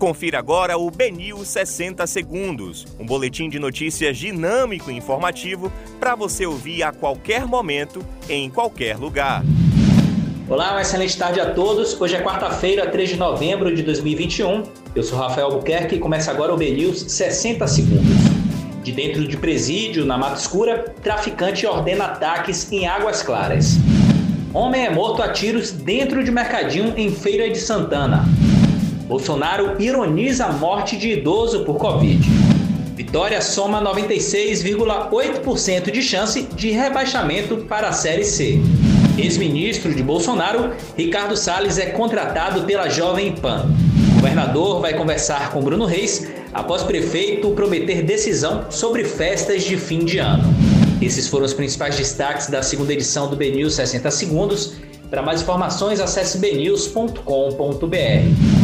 Confira agora o BNews 60 Segundos, um boletim de notícias dinâmico e informativo para você ouvir a qualquer momento, em qualquer lugar. Olá, uma excelente tarde a todos. Hoje é quarta-feira, 3 de novembro de 2021. Eu sou Rafael Albuquerque e começa agora o BNews 60 Segundos. De dentro de presídio, na Mata Escura, traficante ordena ataques em Águas Claras. Homem é morto a tiros dentro de mercadinho em Feira de Santana. Bolsonaro ironiza a morte de idoso por Covid. Vitória soma 96,8% de chance de rebaixamento para a Série C. Ex-ministro de Bolsonaro, Ricardo Salles, é contratado pela Jovem Pan. O governador vai conversar com Bruno Reis após prefeito prometer decisão sobre festas de fim de ano. Esses foram os principais destaques da segunda edição do BNews 60 Segundos. Para mais informações, acesse bnews.com.br.